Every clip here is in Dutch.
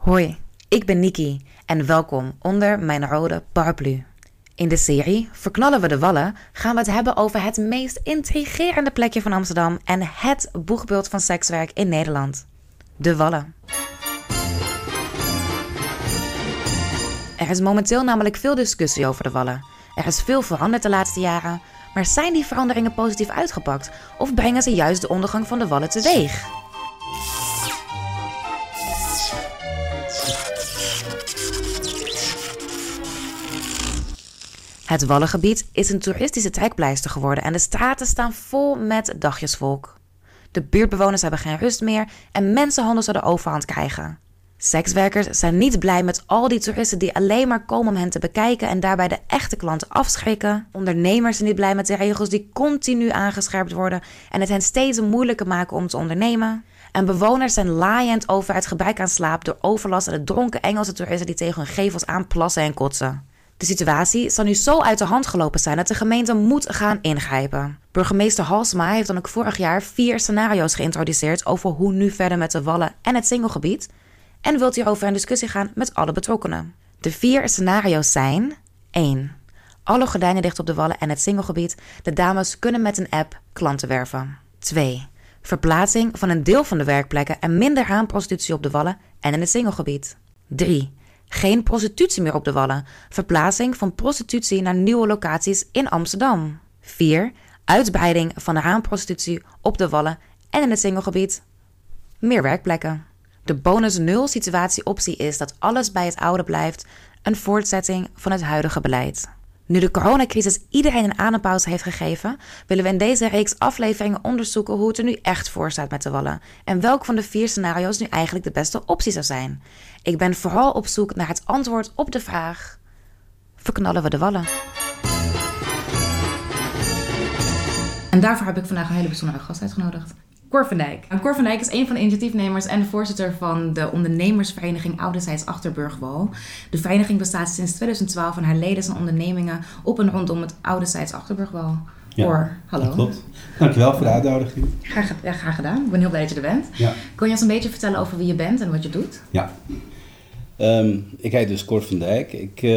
Hoi, ik ben Niki en welkom onder mijn rode paraplu. In de serie Verknallen we de Wallen gaan we het hebben over het meest intrigerende plekje van Amsterdam en het boegbeeld van sekswerk in Nederland. De Wallen. Er is momenteel namelijk veel discussie over de Wallen. Er is veel veranderd de laatste jaren, maar zijn die veranderingen positief uitgepakt of brengen ze juist de ondergang van de Wallen teweeg? Het Wallengebied is een toeristische trekpleister geworden en de straten staan vol met dagjesvolk. De buurtbewoners hebben geen rust meer en mensenhandel zou de overhand krijgen. Sekswerkers zijn niet blij met al die toeristen die alleen maar komen om hen te bekijken en daarbij de echte klanten afschrikken. Ondernemers zijn niet blij met de regels die continu aangescherpt worden en het hen steeds moeilijker maken om te ondernemen. En bewoners zijn laaiend over het gebrek aan slaap door overlast en de dronken Engelse toeristen die tegen hun gevels aanplassen en kotsen. De situatie zal nu zo uit de hand gelopen zijn dat de gemeente moet gaan ingrijpen. Burgemeester Halsema heeft dan ook vorig jaar 4 scenario's geïntroduceerd over hoe nu verder met de Wallen en het Singelgebied en wilt hierover in discussie gaan met alle betrokkenen. De 4 scenario's zijn: 1. Alle gordijnen dicht op de Wallen en het Singelgebied. De dames kunnen met een app klanten werven. 2. Verplaatsing van een deel van de werkplekken en minder raamprostitutie op de Wallen en in het Singelgebied. 3. Geen prostitutie meer op de Wallen. Verplaatsing van prostitutie naar nieuwe locaties in Amsterdam. 4. Uitbreiding van de raamprostitutie op de Wallen en in het Singelgebied. Meer werkplekken. De bonus 0 situatie-optie is dat alles bij het oude blijft, een voortzetting van het huidige beleid. Nu de coronacrisis iedereen een adempauze heeft gegeven, willen we in deze reeks afleveringen onderzoeken hoe het er nu echt voor staat met de Wallen en welk van de 4 scenario's nu eigenlijk de beste optie zou zijn. Ik ben vooral op zoek naar het antwoord op de vraag: verknallen we de Wallen? En daarvoor heb ik vandaag een hele bijzondere gast uitgenodigd. Cor van Dijk. Cor van Dijk is een van de initiatiefnemers en de voorzitter van de ondernemersvereniging Ouderzijds Achterburgwal. De vereniging bestaat sinds 2012 en haar leden zijn ondernemingen op en rondom het Ouderzijds Achterburgwal. Ja, Cor, hallo. Dat klopt. Dankjewel voor de uitnodiging. Graag gedaan. Ik ben heel blij dat je er bent. Ja. Kun je ons een beetje vertellen over wie je bent en wat je doet? Ja. Ik heet dus Cor van Dijk.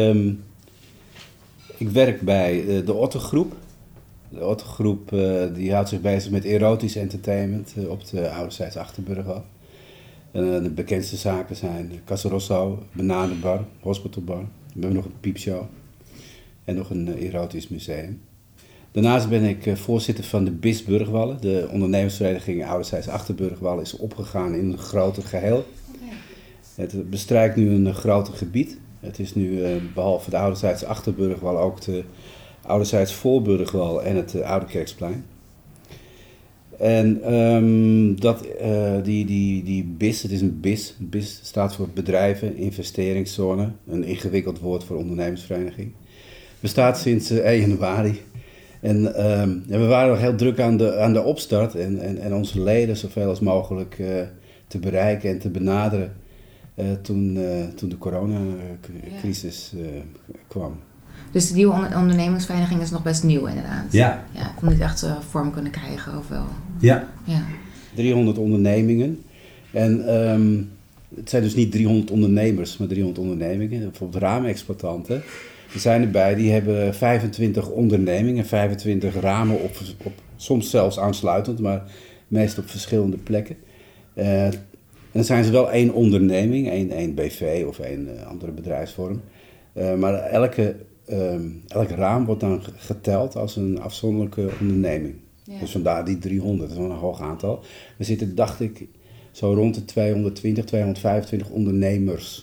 Ik werk bij de Ottergroep. De Ottergroep die houdt zich bezig met erotisch entertainment op de Ouderzijds Achterburgwal. De bekendste zaken zijn Casa Rosso, Bananenbar, Hospitalbar. We hebben nog een piepshow en nog een erotisch museum. Daarnaast ben ik voorzitter van de BIS Burgwallen. De ondernemersvereniging Ouderzijds Achterburgwal is opgegaan in een groter geheel. Het bestrijkt nu een groter gebied. Het is nu behalve de Ouderzijds Achterburgwal ook de Ouderzijds Voorburgwal en het Oude Kerksplein. En die BIS, het is een BIS. BIS staat voor bedrijven, investeringszone. Een ingewikkeld woord voor ondernemersvereniging. Bestaat sinds 1 januari. En we waren nog heel druk aan de opstart en onze leden zoveel als mogelijk te bereiken en te benaderen toen de coronacrisis kwam. Dus de nieuwe ondernemingsvereniging is nog best nieuw inderdaad. Ja. Ja, ik wil niet echt vorm kunnen krijgen of wel. Ja. 300 ondernemingen. En het zijn dus niet 300 ondernemers, maar 300 ondernemingen. Bijvoorbeeld raamexploitanten. Er zijn erbij, die hebben 25 ondernemingen, 25 ramen op soms zelfs aansluitend, maar meest op verschillende plekken. En dan zijn ze wel 1 onderneming, één BV of 1 andere bedrijfsvorm. Maar elk raam wordt dan geteld als een afzonderlijke onderneming. Ja. Dus vandaar die 300, dat is wel een hoog aantal. We zitten, dacht ik, zo rond de 220, 225 ondernemers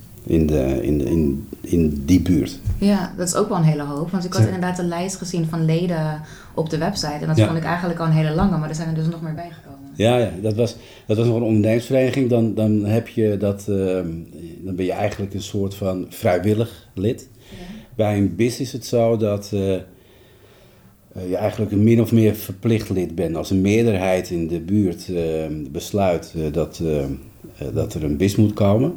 in die buurt. Ja, dat is ook wel een hele hoop. Want ik had inderdaad een lijst gezien van leden op de website. En dat vond ik eigenlijk al een hele lange, maar er zijn er dus nog meer bijgekomen. Ja, dat was nog een ondernemersvereniging. Dan heb je dat, dan ben je eigenlijk een soort van vrijwillig lid. Ja. Bij een BIS is het zo dat je eigenlijk een min of meer verplicht lid bent. Als een meerderheid in de buurt besluit dat er een BIS moet komen,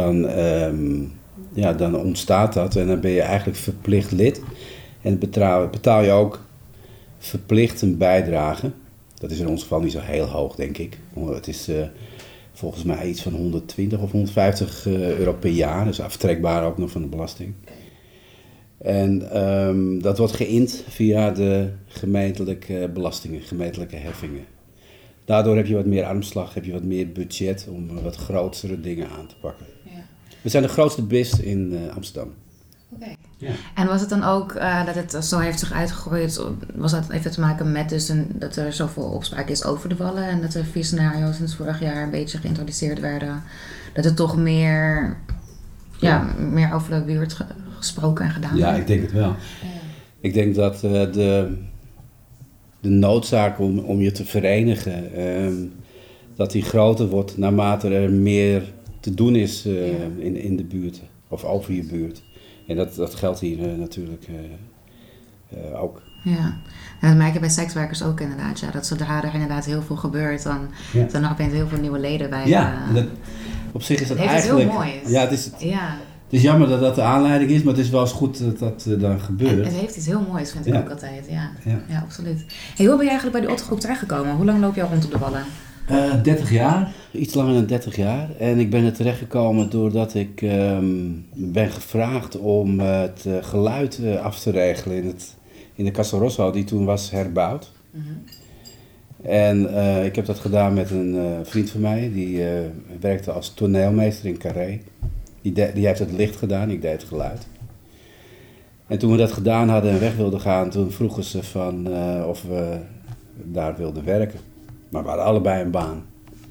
dan ontstaat dat en dan ben je eigenlijk verplicht lid. En betaal je ook verplicht een bijdrage. Dat is in ons geval niet zo heel hoog, denk ik. Het is volgens mij iets van 120 of 150 euro per jaar. Dus aftrekbaar ook nog van de belasting. En dat wordt geïnd via de gemeentelijke belastingen, gemeentelijke heffingen. Daardoor heb je wat meer armslag, heb je wat meer budget om wat grotere dingen aan te pakken. Ja. We zijn de grootste BIS in Amsterdam. Okay. Ja. En was het dan ook dat het zo heeft zich uitgegooid, heeft het te maken met dus dat er zoveel opspraak is over de wallen en dat er 4 scenario's sinds vorig jaar een beetje geïntroduceerd werden, dat het toch meer over de buurt gesproken en gedaan wordt? Ja, ik denk het wel. Ja. Ik denk dat de noodzaak om je te verenigen, dat die groter wordt naarmate er meer te doen is in de buurt of over je buurt. En dat geldt hier natuurlijk ook. Ja, en dat merk je bij sekswerkers ook inderdaad. Ja, dat zodra er inderdaad heel veel gebeurt, dan zijn er opeens heel veel nieuwe leden bij. Ja, op zich is dat eigenlijk... Het heel mooi. Ja, het is jammer dat dat de aanleiding is, maar het is wel eens goed dat dat dan gebeurt. Het heeft iets heel moois, vind ik ook altijd. Ja, absoluut. Hey, hoe ben je eigenlijk bij de Ottergroep terechtgekomen? Hoe lang loop je al rond op de wallen? 30 jaar, iets langer dan 30 jaar. En ik ben er terechtgekomen doordat ik ben gevraagd om het geluid af te regelen in de Casa Rosso, die toen was herbouwd. Mm-hmm. En ik heb dat gedaan met een vriend van mij, die werkte als toneelmeester in Carré. Die heeft het licht gedaan, ik deed het geluid. En toen we dat gedaan hadden en weg wilden gaan, toen vroegen ze van of we daar wilden werken. Maar we hadden allebei een baan.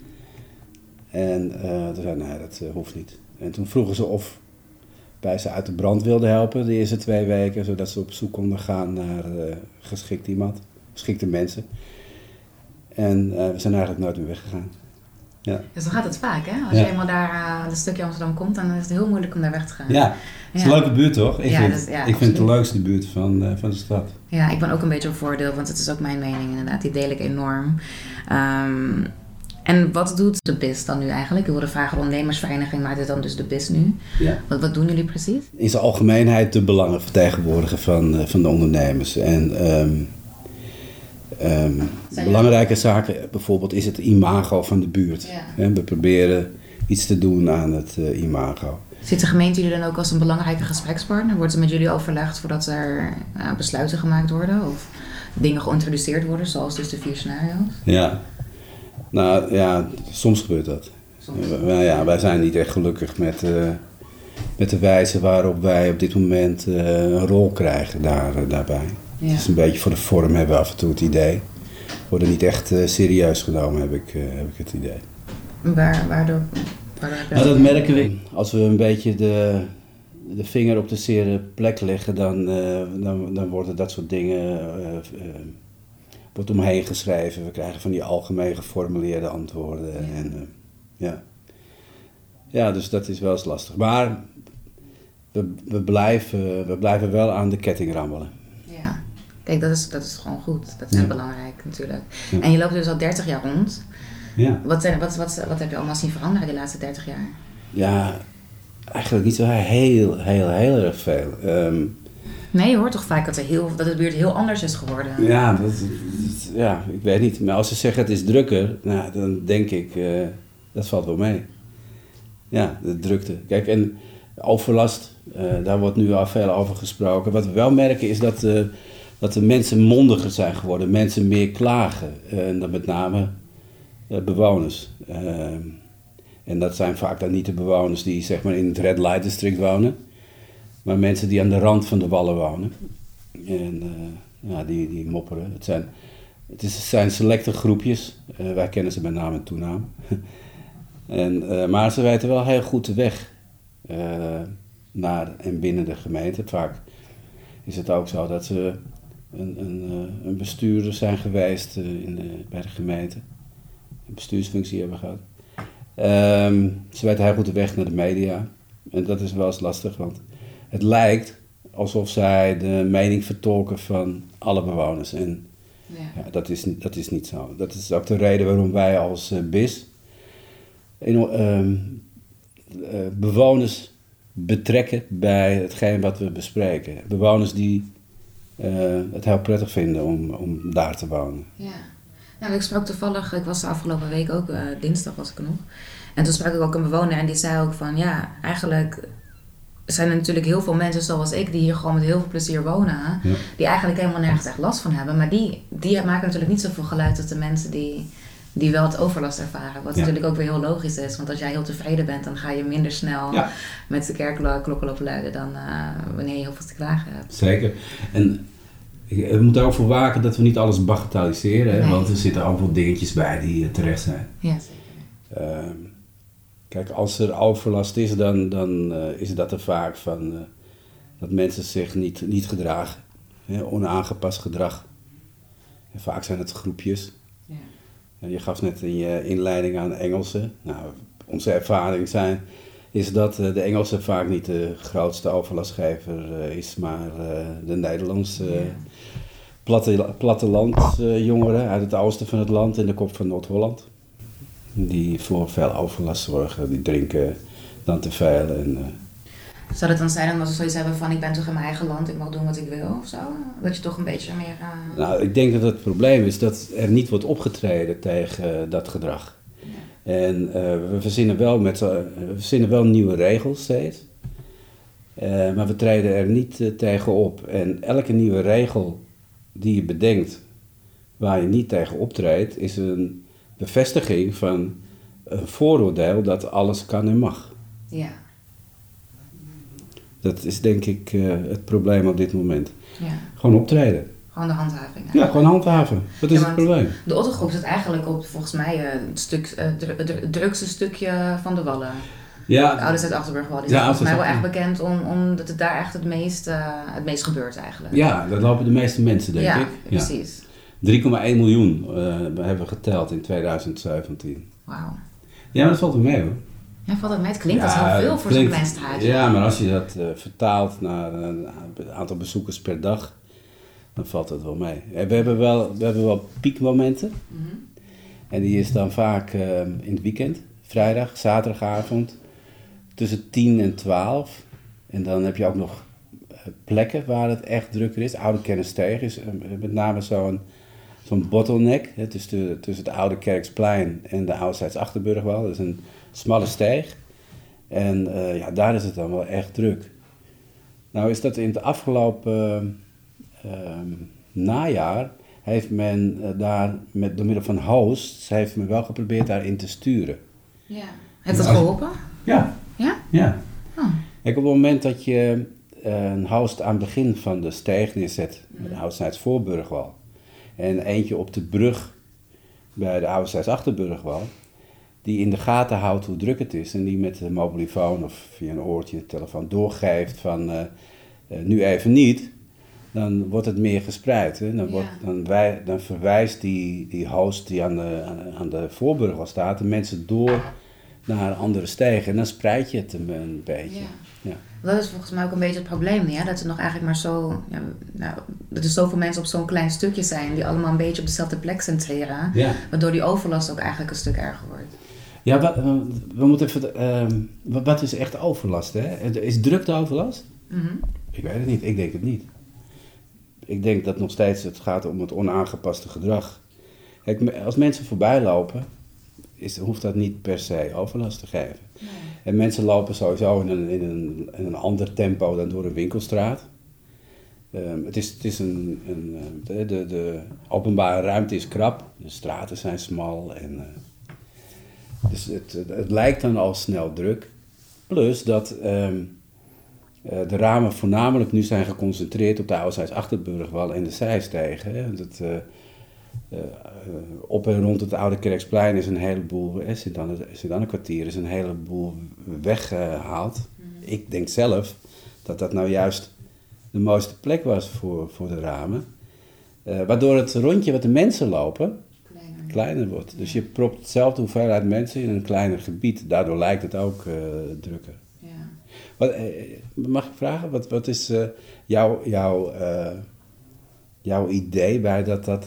En toen zei nee, dat hoeft niet. En toen vroegen ze of wij ze uit de brand wilden helpen de eerste 2 weken, zodat ze op zoek konden gaan naar geschikte mensen. En we zijn eigenlijk nooit meer weggegaan. Ja. Dus dan gaat het vaak, hè? Als je eenmaal daar een stukje Amsterdam komt, dan is het heel moeilijk om daar weg te gaan. Ja, het is een leuke buurt, toch? Ik vind het de leukste buurt van de stad. Ja, ik ben ook een beetje op voordeel, want het is ook mijn mening inderdaad. Die deel ik enorm. En wat doet de BIS dan nu eigenlijk? Ik wilde vragen, de ondernemersvereniging maakt het dan dus de BIS nu. Ja. Wat doen jullie precies? In zijn algemeenheid de belangen vertegenwoordigen van de ondernemers. En belangrijke zaken, bijvoorbeeld, is het imago van de buurt. Ja. We proberen iets te doen aan het imago. Ziet de gemeente jullie dan ook als een belangrijke gesprekspartner? Wordt er met jullie overlegd voordat er besluiten gemaakt worden? Of dingen geïntroduceerd worden, zoals dus de 4 scenario's? Ja, nou ja, soms gebeurt dat. Wij zijn niet echt gelukkig met de wijze waarop wij op dit moment een rol krijgen daarbij. Ja. Het is een beetje voor de vorm hebben we af en toe het idee. Worden niet echt serieus genomen, heb ik het idee. Waardoor nou, dat merken we. Als we een beetje de vinger op de zere plek leggen, dan worden dat soort dingen wordt omheen geschreven. We krijgen van die algemeen geformuleerde antwoorden. Ja. En, dus dat is wel eens lastig. Maar we blijven wel aan de ketting rammelen. Ja, kijk, dat is gewoon goed. Dat is belangrijk natuurlijk. Ja. En je loopt dus al 30 jaar rond. Ja. Wat heb je allemaal zien veranderen de laatste 30 jaar? Ja, eigenlijk niet zo heel erg veel. Nee, je hoort toch vaak dat de buurt heel anders is geworden? Ja, ik weet niet. Maar als ze zeggen het is drukker, nou, dan denk ik, dat valt wel mee. Ja, de drukte. Kijk, en overlast, daar wordt nu al veel over gesproken. Wat we wel merken is dat de mensen mondiger zijn geworden. Mensen meer klagen. En dat met name bewoners. En dat zijn vaak dan niet de bewoners die zeg maar in het Red Light District wonen. Maar mensen die aan de rand van de wallen wonen. En die mopperen. Het zijn selecte groepjes. Wij kennen ze bij naam en toenaam. Maar ze weten wel heel goed de weg naar en binnen de gemeente. Vaak is het ook zo dat ze een bestuurder zijn geweest bij de gemeente. Een bestuursfunctie hebben gehad. Ze weten heel goed de weg naar de media. En dat is wel eens lastig, want het lijkt alsof zij de mening vertolken van alle bewoners. En dat is niet zo. Dat is ook de reden waarom wij als BIS bewoners betrekken bij hetgeen wat we bespreken. Bewoners die het heel prettig vinden om daar te wonen. Ja. Nou, ik sprak toevallig, ik was de afgelopen week ook, dinsdag was ik er nog. En toen sprak ik ook een bewoner en die zei ook van ja, eigenlijk zijn er natuurlijk heel veel mensen zoals ik die hier gewoon met heel veel plezier wonen. Ja. Die eigenlijk helemaal nergens echt last van hebben. Maar die maken natuurlijk niet zoveel geluid als de mensen die wel het overlast ervaren. Wat natuurlijk ook weer heel logisch is. Want als jij heel tevreden bent, dan ga je minder snel met de kerkklokken lopen luiden dan wanneer je heel veel te klagen hebt. Zeker. En we moeten er ook voor waken dat we niet alles bagatelliseren. Hè? Nee. Want er zitten ook wel dingetjes bij die terecht zijn. Ja, zeker. Kijk, als er overlast is, dan is dat er vaak van dat mensen zich niet gedragen. Hè? Onaangepast gedrag. En vaak zijn het groepjes. Ja. Je gaf net in je inleiding aan Engelsen. Nou, onze ervaring is dat de Engelsen vaak niet de grootste overlastgever is, maar de Nederlandse plattelandjongeren uit het oosten van het land in de kop van Noord-Holland. Die voor veel overlast zorgen, die drinken dan te veel. Zou het dan zijn omdat ze zoiets hebben van ik ben toch in mijn eigen land, ik mag doen wat ik wil of zo? Dat je toch een beetje meer... Nou, ik denk dat het probleem is dat er niet wordt opgetreden tegen dat gedrag. Ja. En we verzinnen wel nieuwe regels steeds. Maar we treden er niet tegen op. En elke nieuwe regel die je bedenkt waar je niet tegen optreedt, is een bevestiging van een vooroordeel dat alles kan en mag. Ja. Dat is denk ik het probleem op dit moment. Ja. Gewoon optreden. Gewoon de handhaving. Eigenlijk. Ja, gewoon handhaven. Dat is het probleem. De Ottergroep zit eigenlijk op volgens mij het drukste stukje van de Wallen. Ja. De Oude Zuid-Achterburgwal. Die is volgens mij wel echt bekend omdat het daar echt het meest gebeurt eigenlijk. Ja, daar lopen de meeste mensen denk ik. Ja, precies. 3,1 miljoen hebben we geteld in 2017. Wauw. Ja, maar dat valt er mee hoor. Ja, valt het mee. Het klinkt als heel veel voor zo'n klein straatje. Ja, maar als je dat vertaalt naar een aantal bezoekers per dag, dan valt het wel mee. We hebben wel piekmomenten. Mm-hmm. En die is dan vaak in het weekend, vrijdag, zaterdagavond, tussen 10 en 12. En dan heb je ook nog plekken waar het echt drukker is. Oude Kennissteeg is met name zo'n bottleneck. Hè, tussen het Oude Kerksplein en de Oude Achterburgwal. Dat is een smalle steeg. En daar is het dan wel echt druk. Nou is dat in het afgelopen najaar heeft men daar door middel van hosts heeft men wel geprobeerd daarin te sturen. Ja. Heeft dat geholpen? Ja. Ja? Ja. Oh. Kijk, op het moment dat je een host aan het begin van de steeg neerzet, de Oude Voorburgwal, en eentje op de brug bij de Oude Achterburgwal, die in de gaten houdt hoe druk het is en die met de mobielefoon of via een oortje, een telefoon doorgeeft van nu even niet, dan wordt het meer gespreid. Hè? Dan verwijst die host die aan de Voorburgwal staat de mensen door naar andere stegen en dan spreid je het een beetje. Ja. Dat is volgens mij ook een beetje het probleem, ja? Dat er nog eigenlijk maar dat er zoveel mensen op zo'n klein stukje zijn die allemaal een beetje op dezelfde plek centreren, waardoor die overlast ook eigenlijk een stuk erger wordt. Ja, we moeten even... wat is echt overlast, hè? Is drukte overlast? Mm-hmm. Ik weet het niet, ik denk het niet. Ik denk dat nog steeds het gaat om het onaangepaste gedrag. Kijk, als mensen voorbij lopen, hoeft dat niet per se overlast te geven. Nee. En mensen lopen sowieso in een ander tempo dan door een winkelstraat. Het is de openbare ruimte is krap, de straten zijn smal en dus het lijkt dan al snel druk. Plus dat de ramen voornamelijk nu zijn geconcentreerd op de Oude Achterburgwal en de zijstegen. Op en rond het Oude Kerksplein is een heleboel, Sint-Anne-kwartier is een heleboel weggehaald. Ik denk zelf dat nou juist de mooiste plek was voor de ramen. Waardoor het rondje wat de mensen lopen kleiner wordt. Dus je propt hetzelfde hoeveelheid mensen in een kleiner gebied. Daardoor lijkt het ook drukker. Ja. Mag ik vragen, wat is jouw idee bij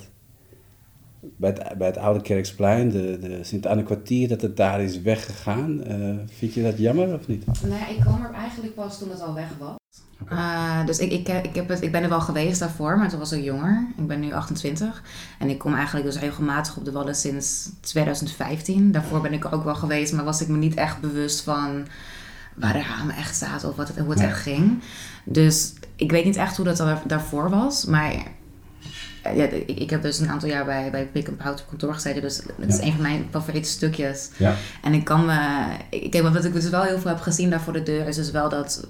bij het Oude Kerksplein, de Sint-Anne-kwartier, dat het daar is weggegaan? Vind je dat jammer of niet? Nee, ik kwam er eigenlijk pas toen het al weg was. Dus ik ben er wel geweest daarvoor, maar toen was ik jonger. Ik ben nu 28 en ik kom eigenlijk dus regelmatig op de Wadden sinds 2015. Daarvoor ben ik er ook wel geweest, maar was ik me niet echt bewust van waar de ramen echt zaten of hoe het echt ging. Dus ik weet niet echt hoe dat daarvoor was, maar ja, ik heb dus een aantal jaar bij Pick & Pout op kantoor gezeten, dus dat is een van mijn favoriete stukjes. Ja. En wat ik dus wel heel veel heb gezien daar voor de deur is dus wel dat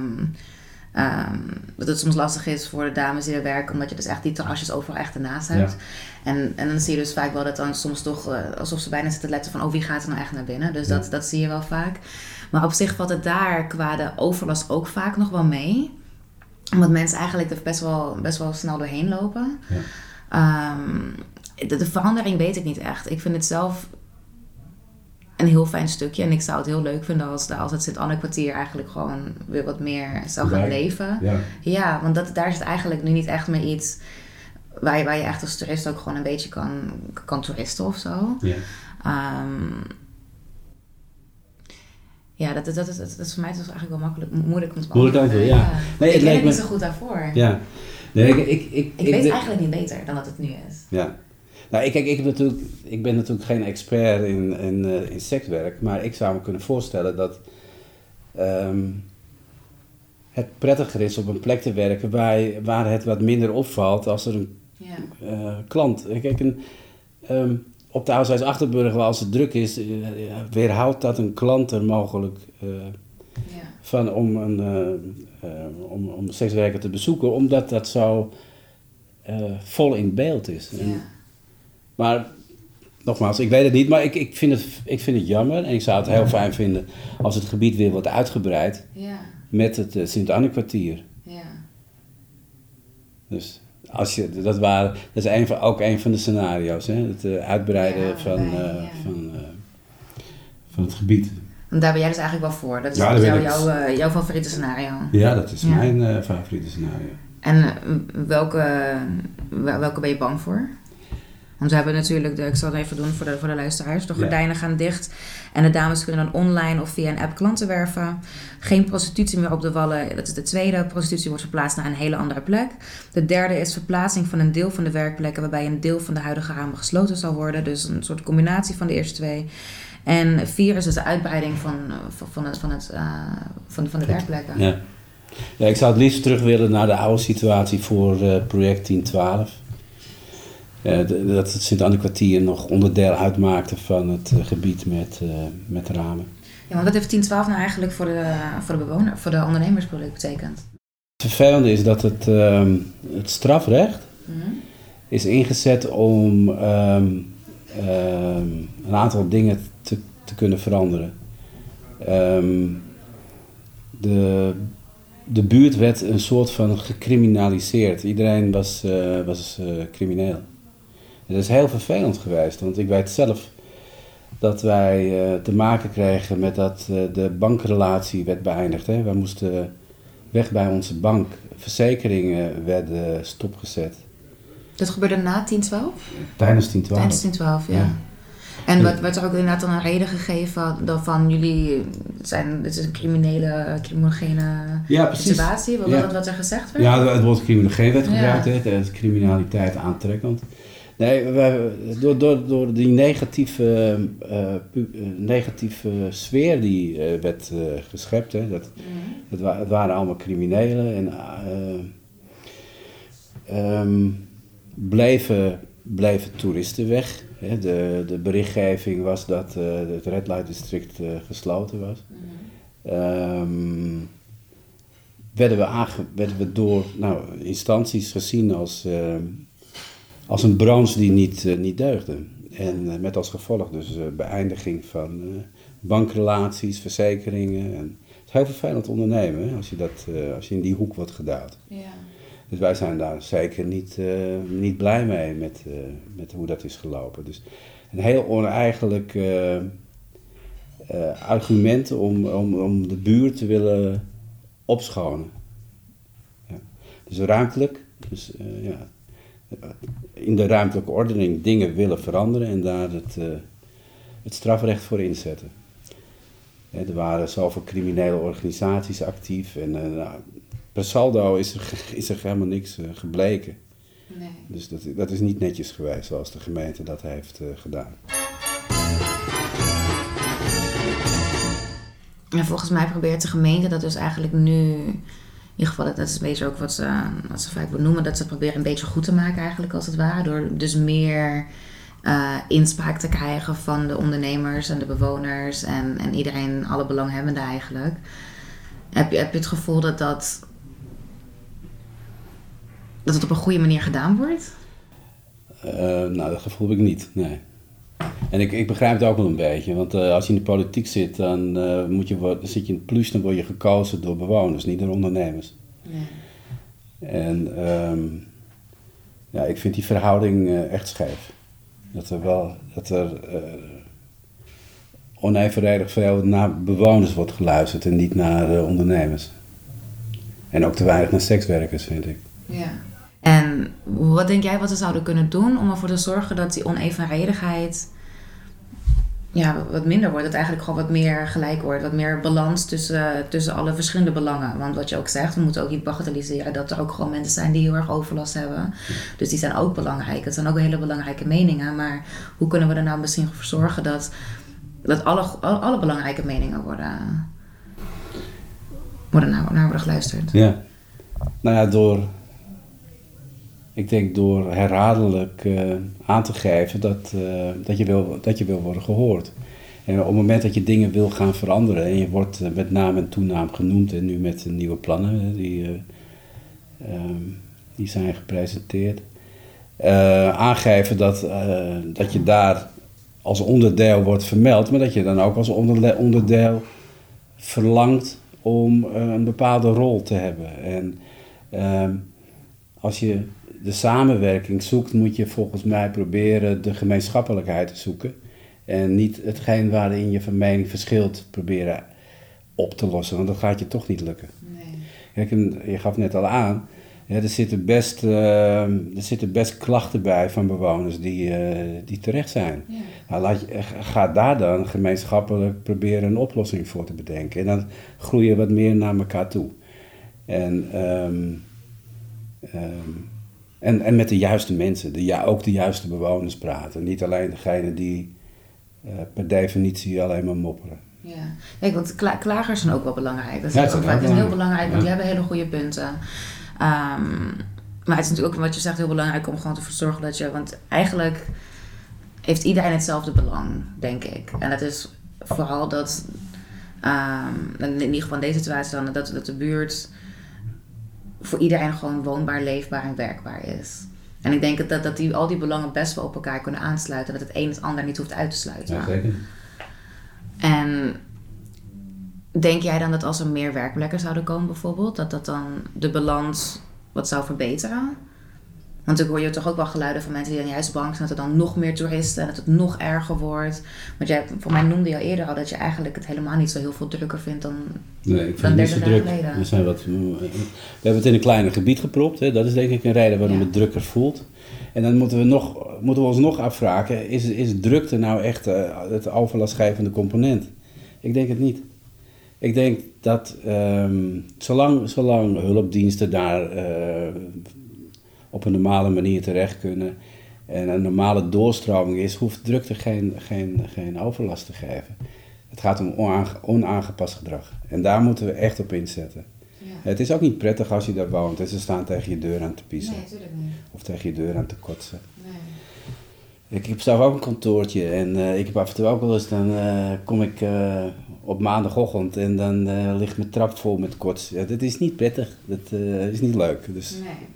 dat het soms lastig is voor de dames die er werken, omdat je dus echt die terrasjes overal echt ernaast hebt. Ja. En dan zie je dus vaak wel dat dan soms toch alsof ze bijna zitten letten van wie gaat er nou echt naar binnen. Dus dat zie je wel vaak. Maar op zich valt het daar qua de overlast ook vaak nog wel mee. Omdat mensen eigenlijk er best wel snel doorheen lopen. Ja. De verandering weet ik niet echt. Ik vind het zelf een heel fijn stukje. En ik zou het heel leuk vinden als het Sint-Anne-kwartier eigenlijk gewoon weer wat meer zou gaan leven. Ja, want daar is het eigenlijk nu niet echt meer iets waar je echt als toerist ook gewoon een beetje kan toeristen of zo. Ja. Ja, dat is voor mij dus eigenlijk wel moeilijk om te beantwoorden. Ja. Nee, ik ken het niet zo goed daarvoor. Ja. Nee, ik weet eigenlijk niet beter dan dat het nu is. Ja. Nou, ik ben natuurlijk geen expert in sekswerk, maar ik zou me kunnen voorstellen dat het prettiger is op een plek te werken waar het wat minder opvalt als er een klant... Kijk, op de Oude Achterburg, als het druk is, weerhoudt dat een klant er mogelijk van om sekswerker te bezoeken, omdat dat zo vol in beeld is. Ja. Maar nogmaals, ik weet het niet, maar ik vind het jammer en ik zou het heel fijn vinden als het gebied weer wordt uitgebreid met het Sint-Anne-kwartier. Ja. Dus dat is ook een van de scenario's, hè? Het uitbreiden van het gebied. En daar ben jij dus eigenlijk wel voor. Dat is jouw favoriete scenario. Ja, dat is mijn favoriete scenario. En welke ben je bang voor? Want we hebben natuurlijk, ik zal het even doen voor de luisteraars, de gordijnen gaan dicht en de dames kunnen dan online of via een app klanten werven. Geen prostitutie meer op de Wallen, dat is de tweede. Prostitutie wordt verplaatst naar een hele andere plek. De derde is verplaatsing van een deel van de werkplekken waarbij een deel van de huidige ramen gesloten zal worden. Dus een soort combinatie van de eerste twee. En 4 is dus de uitbreiding van de werkplekken. Ja, ik zou het liefst terug willen naar de oude situatie voor project 1012. Dat het Sint-Anne-kwartier nog onderdeel uitmaakte van het gebied met ramen. Ja, want wat heeft 1012 nou eigenlijk voor de bewoner, voor de ondernemers betekend? Het vervelende is dat het strafrecht is ingezet om een aantal dingen te kunnen veranderen. De buurt werd een soort van gecriminaliseerd. Iedereen was crimineel. En dat is heel vervelend geweest, want ik weet zelf dat wij te maken kregen met dat de bankrelatie werd beëindigd. Hè. Wij moesten weg bij onze bank. Verzekeringen werden stopgezet. Dat gebeurde na 1012? Tijdens 1012. Tijdens 1012, ja. En werd er ook inderdaad dan een reden gegeven van jullie dit is een criminogene situatie? Wat er gezegd werd? Ja, het woord criminogeen werd gebruikt, hè, criminaliteit aantrekkend. Nee, door die negatieve sfeer die werd geschept, hè, het waren allemaal criminelen en bleven toeristen weg. De berichtgeving was dat het Red Light District gesloten was. Werden we door instanties gezien als een branche die niet deugde. En met als gevolg dus beëindiging van bankrelaties, verzekeringen. En het is heel vervelend ondernemen, hè, als je in die hoek wordt gedouwd. Ja. Dus wij zijn daar zeker niet blij mee met hoe dat is gelopen. Dus een heel oneigenlijk argument om de buurt te willen opschonen. Ja. Dus ruimtelijk, in de ruimtelijke ordening dingen willen veranderen en daar het strafrecht voor inzetten. Er waren zoveel criminele organisaties actief en per saldo is er helemaal niks gebleken. Nee. Dus dat is niet netjes geweest zoals de gemeente dat heeft gedaan. En volgens mij probeert de gemeente dat dus eigenlijk nu... In ieder geval, dat is een beetje ook wat ze vaak benoemen... dat ze het proberen een beetje goed te maken eigenlijk als het ware... door dus meer inspraak te krijgen van de ondernemers en de bewoners... en iedereen, alle belanghebbenden eigenlijk. Heb je het gevoel dat het op een goede manier gedaan wordt? Dat gevoel heb ik niet, nee. En ik begrijp het ook wel een beetje, want als je in de politiek zit, dan zit je in het plus, dan word je gekozen door bewoners, niet door ondernemers. Nee. En ik vind die verhouding echt scheef. Dat er onevenredig veel naar bewoners wordt geluisterd en niet naar ondernemers. En ook te weinig naar sekswerkers, vind ik. Ja. En wat denk jij wat we zouden kunnen doen om ervoor te zorgen dat die onevenredigheid wat minder wordt? Dat eigenlijk gewoon wat meer gelijk wordt. Wat meer balans tussen alle verschillende belangen. Want wat je ook zegt, we moeten ook niet bagatelliseren dat er ook gewoon mensen zijn die heel erg overlast hebben. Dus die zijn ook belangrijk. Het zijn ook hele belangrijke meningen. Maar hoe kunnen we er nou misschien voor zorgen dat alle belangrijke meningen worden geluisterd? Ja. Nou ja, door herhaaldelijk aan te geven dat je wil worden gehoord. En op het moment dat je dingen wil gaan veranderen en je wordt met naam en toenaam genoemd en nu met de nieuwe plannen die zijn gepresenteerd, aangeven dat je daar als onderdeel wordt vermeld, maar dat je dan ook als onderdeel verlangt om een bepaalde rol te hebben. En als je de samenwerking zoekt, moet je volgens mij proberen de gemeenschappelijkheid te zoeken. En niet hetgeen waarin je van mening verschilt proberen op te lossen, want dat gaat je toch niet lukken. Nee. Kijk, je gaf net al aan, er zitten best klachten bij van bewoners die terecht zijn. Ja. Nou, ga daar dan gemeenschappelijk proberen een oplossing voor te bedenken. En dan groei je wat meer naar elkaar toe. En met de juiste mensen, ook de juiste bewoners praten. Niet alleen degene die per definitie alleen maar mopperen. Ja, kijk, want klagers zijn ook wel belangrijk. Dat is heel belangrijk, want die hebben hele goede punten. Maar het is natuurlijk ook, wat je zegt, heel belangrijk om gewoon te zorgen dat je... Want eigenlijk heeft iedereen hetzelfde belang, denk ik. En dat is vooral dat, in ieder geval in deze situatie dan, dat de buurt voor iedereen gewoon woonbaar, leefbaar en werkbaar is. En ik denk dat al die belangen best wel op elkaar kunnen aansluiten. Dat het een het ander niet hoeft uit te sluiten. Ja, zeker. En denk jij dan dat als er meer werkplekken zouden komen bijvoorbeeld, dat dan de balans wat zou verbeteren? Want ik hoor je toch ook wel geluiden van mensen die dan juist bang zijn dat er dan nog meer toeristen en dat het nog erger wordt. Want voor mij noemde je al eerder al dat je eigenlijk het helemaal niet zo heel veel drukker vindt dan 30 jaar geleden. We hebben het in een kleiner gebied gepropt. Hè. Dat is denk ik een reden waarom het drukker voelt. En dan moeten we ons nog afvragen, is drukte nou echt het overlastgevende component? Ik denk het niet. Ik denk dat zolang hulpdiensten daar op een normale manier terecht kunnen en een normale doorstroming is, hoeft drukte geen overlast te geven. Het gaat om onaangepast gedrag. En daar moeten we echt op inzetten. Ja. Het is ook niet prettig als je daar woont en ze staan tegen je deur aan te piezen. Nee, natuurlijk niet. Of tegen je deur aan te kotsen. Nee. Ik heb zelf ook een kantoortje en ik heb af en toe ook wel eens, dan kom ik op maandagochtend en dan ligt mijn trap vol met kots. Ja, dat is niet prettig, dat is niet leuk. Dus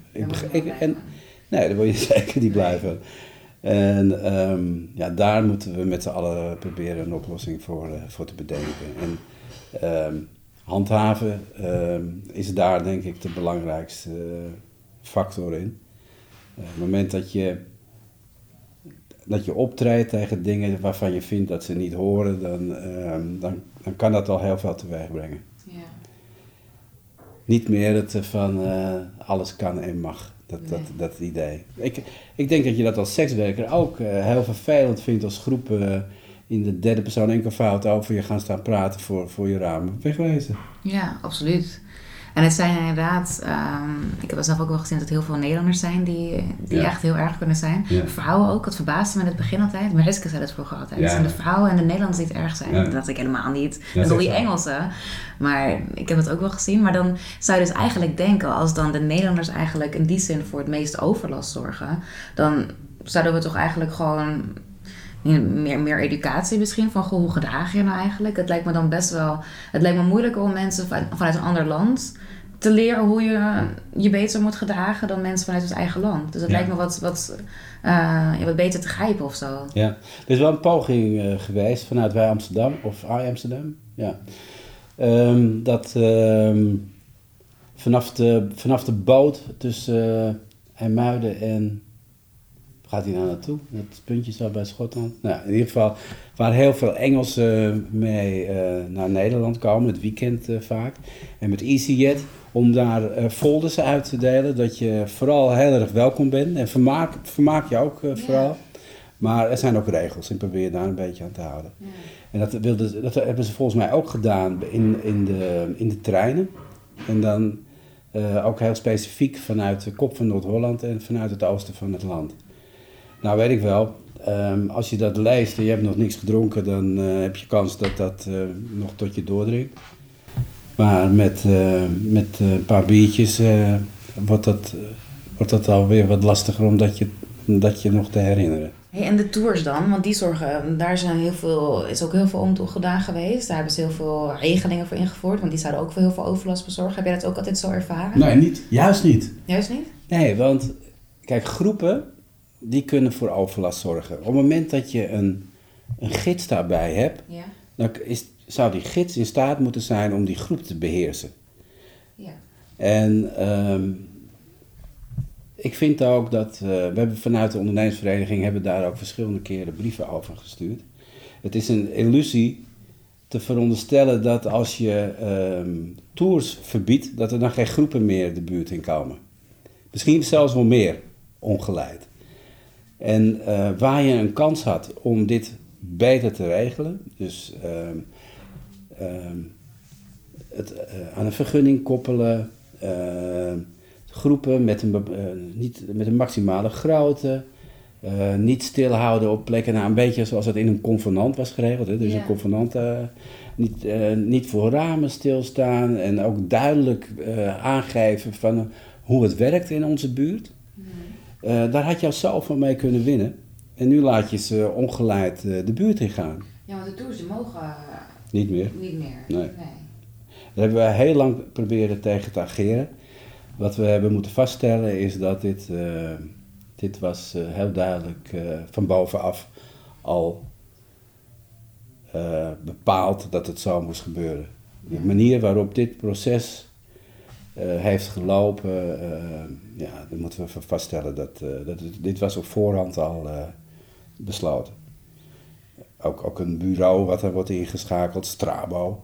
daar word je zeker niet blij van. En daar moeten we met z'n allen proberen een oplossing voor te bedenken. En handhaven is daar denk ik de belangrijkste factor in. Op het moment dat je optreedt tegen dingen waarvan je vindt dat ze niet horen, dan kan dat al heel veel teweeg brengen. Ja. Niet meer het van alles kan en mag, dat idee. Ik denk dat je dat als sekswerker ook heel vervelend vindt als groep in de derde persoon enkelvoud over je gaan staan praten voor je ramen. Wegwezen. Ja, absoluut. En het zijn inderdaad, ik heb zelf ook wel gezien dat heel veel Nederlanders zijn die echt heel erg kunnen zijn. Ja. Vrouwen ook, dat verbaasde me in het begin altijd. Mariska zei dat vroeger altijd. Het zijn de vrouwen en de Nederlanders die het erg zijn. Dat dacht ik helemaal niet. En door die Engelsen. Maar ik heb het ook wel gezien. Maar dan zou je dus eigenlijk denken, als dan de Nederlanders eigenlijk in die zin voor het meeste overlast zorgen, dan zouden we toch eigenlijk gewoon meer educatie misschien van hoe gedraag je nou eigenlijk. Het lijkt me dan best wel, het lijkt me moeilijker om mensen vanuit een ander land te leren hoe je beter moet gedragen dan mensen vanuit het eigen land. Dus het lijkt me wat beter te grijpen of zo. Ja, er is wel een poging geweest vanuit Wij Amsterdam, of I Amsterdam, ja. Dat vanaf de boot tussen IJmuiden en... Gaat hij nou naartoe? Dat puntje zo bij Schotland. Nou, in ieder geval, waar heel veel Engelsen mee naar Nederland komen, het weekend vaak. En met EasyJet, om daar folders uit te delen, dat je vooral heel erg welkom bent. En vermaak je ook vooral. Maar er zijn ook regels en probeer je daar een beetje aan te houden. Ja. En dat hebben ze volgens mij ook gedaan in de treinen. En dan ook heel specifiek vanuit de kop van Noord-Holland en vanuit het oosten van het land. Nou weet ik wel, als je dat leest en je hebt nog niks gedronken, dan heb je kans dat dat nog tot je doordringt. Maar met een paar biertjes wordt dat alweer wat lastiger om dat je nog te herinneren. Hey, en de tours dan? Want die zorgen, daar is ook heel veel om gedaan geweest. Daar hebben ze heel veel regelingen voor ingevoerd, want die zouden ook voor heel veel overlast bezorgen. Heb jij dat ook altijd zo ervaren? Nee, niet. Juist niet. Juist niet? Nee, want kijk, groepen die kunnen voor overlast zorgen. Op het moment dat je een gids daarbij hebt, dan zou die gids in staat moeten zijn om die groep te beheersen. Ja. En ik vind ook dat, we hebben vanuit de ondernemersvereniging daar ook verschillende keren brieven over gestuurd. Het is een illusie te veronderstellen dat als je tours verbiedt, dat er dan geen groepen meer de buurt in komen. Misschien zelfs wel meer ongeleid. En waar je een kans had om dit beter te regelen, dus het aan een vergunning koppelen, groepen met een maximale grootte, niet stilhouden op plekken, nou, een beetje zoals het in een convenant was geregeld. Hè? Dus een convenant, niet voor ramen stilstaan en ook duidelijk aangeven van hoe het werkt in onze buurt. Daar had je zelf van mee kunnen winnen. En nu laat je ze ongeleid de buurt in gaan. Ja, want de tours die mogen... Niet meer. Nee. Daar hebben we heel lang proberen tegen te ageren. Wat we hebben moeten vaststellen is dat dit was heel duidelijk van bovenaf al bepaald dat het zo moest gebeuren. De manier waarop dit proces heeft gelopen, dan moeten we vaststellen dat dit was op voorhand al besloten. Ook een bureau wat er wordt ingeschakeld, Strabo.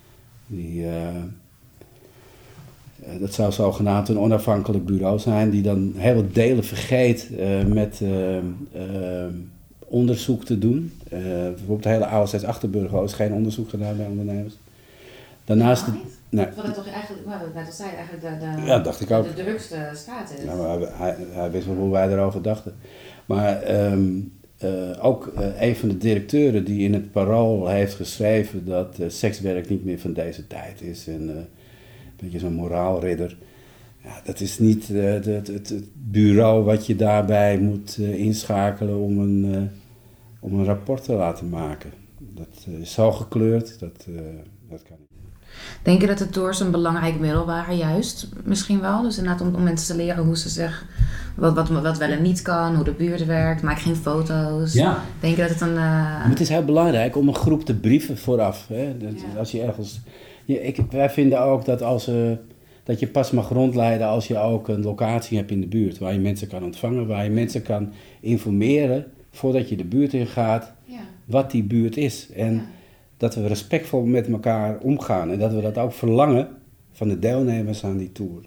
Dat zou zogenaamd een onafhankelijk bureau zijn die dan heel wat delen vergeet met onderzoek te doen. Bijvoorbeeld de hele AOZ Achterburg is geen onderzoek gedaan bij ondernemers. Daarnaast... Nee. Wat het toch eigenlijk, net als zei, eigenlijk ja, dacht ik ook. De drukste staat is. Ja, maar hij wist wel hoe wij erover dachten. Maar ook een van de directeuren die in het Parool heeft geschreven dat sekswerk niet meer van deze tijd is. En een beetje zo'n moraalridder. Ja, dat is niet het bureau wat je daarbij moet inschakelen om een rapport te laten maken. Dat is zo gekleurd, dat kan niet. Denk je dat de tours een belangrijk middel waren, juist? Misschien wel. Dus inderdaad om mensen te leren hoe ze zich... Wat wel en niet kan, hoe de buurt werkt. Maak geen foto's. Ja. Denk je dat het een... Maar het is heel belangrijk om een groep te brieven vooraf. Hè? Als je ergens... wij vinden ook dat je pas mag rondleiden als je ook een locatie hebt in de buurt. Waar je mensen kan ontvangen, waar je mensen kan informeren voordat je de buurt in gaat. Ja. Wat die buurt is. En dat we respectvol met elkaar omgaan. En dat we dat ook verlangen van de deelnemers aan die tour.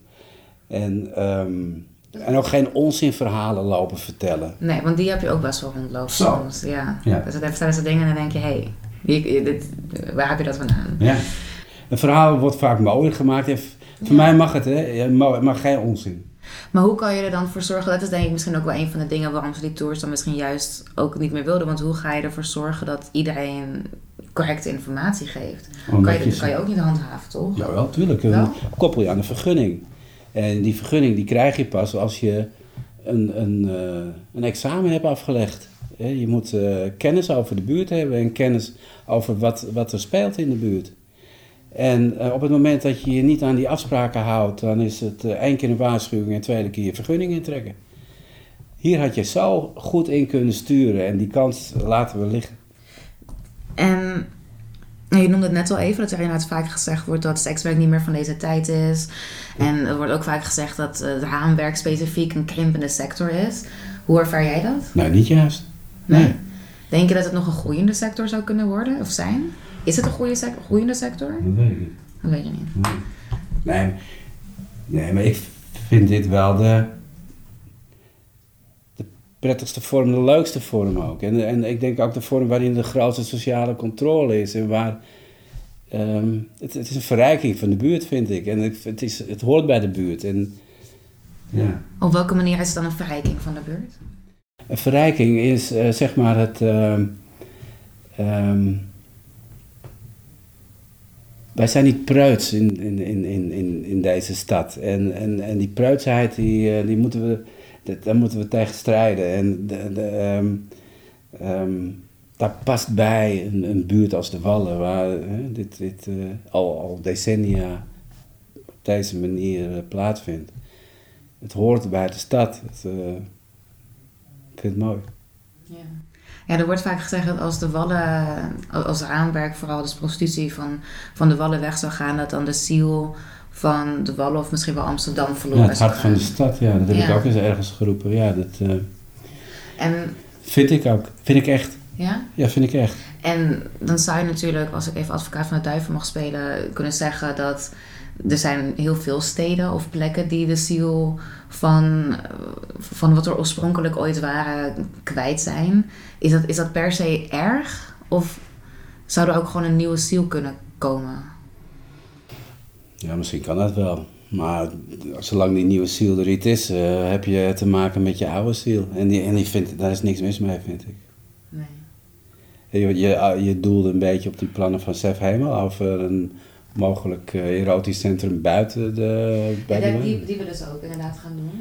En ook geen onzinverhalen lopen vertellen. Nee, want die heb je ook best wel rondlopen soms. Ja. Dus dan zijn ze dingen en dan denk je, waar heb je dat vandaan? Ja. Een verhaal wordt vaak mooier gemaakt. Voor mij mag het, hè. Het mag geen onzin. Maar hoe kan je er dan voor zorgen? Dat is denk ik misschien ook wel een van de dingen waarom ze die tours dan misschien juist ook niet meer wilden. Want hoe ga je ervoor zorgen dat iedereen correcte informatie geeft? Kan je ook niet handhaven, toch? Jawel, tuurlijk. Wel? Koppel je aan een vergunning. En die vergunning die krijg je pas als je een examen hebt afgelegd. Je moet kennis over de buurt hebben en kennis over wat er speelt in de buurt. En op het moment dat je je niet aan die afspraken houdt, dan is het 1 keer een waarschuwing en 2e keer je vergunning intrekken. Hier had je zo goed in kunnen sturen en die kans laten we liggen. En je noemde het net al even, dat er inderdaad vaak gezegd wordt dat sekswerk niet meer van deze tijd is. En er wordt ook vaak gezegd dat het raamwerk specifiek een krimpende sector is. Hoe ervaar jij dat? Nou, niet juist. Nee. Denk je dat het nog een groeiende sector zou kunnen worden of zijn? Is het een groeiende sector? Dat weet ik niet. Dat weet je niet. Nee, maar ik vind dit wel de prettigste vorm, de leukste vorm ook. En ik denk ook de vorm waarin de grootste sociale controle is. En waar het is een verrijking van de buurt, vind ik. En het hoort bij de buurt. En, ja. Op welke manier is het dan een verrijking van de buurt? Een verrijking is zeg maar het... wij zijn niet preuts in deze stad. En die preutsheid, daar moeten we tegen strijden. En daar past bij een buurt als de Wallen, waar dit al decennia op deze manier plaatsvindt. Het hoort bij de stad. Ik vind het mooi. Ja, er wordt vaak gezegd dat als de Wallen, als raamwerk vooral dus prostitutie van de Wallen weg zou gaan, dat dan de ziel van de Wallen of misschien wel Amsterdam verloren is. Ja, het hart van de stad, ja, dat heb ik ook eens ergens geroepen. Ja, dat vind ik ook. Vind ik echt. Ja? Ja, vind ik echt. En dan zou je natuurlijk, als ik even advocaat van de duivel mag spelen, kunnen zeggen dat er zijn heel veel steden of plekken die de ziel van wat er oorspronkelijk ooit waren kwijt zijn. Is dat per se erg? Of zou er ook gewoon een nieuwe ziel kunnen komen? Ja, misschien kan dat wel. Maar zolang die nieuwe ziel er niet is, heb je te maken met je oude ziel. En daar is niks mis mee, vind ik. Nee. Je doelde een beetje op die plannen van Sef Hemel over een mogelijk erotisch centrum buiten de... Die willen ze ook inderdaad gaan doen.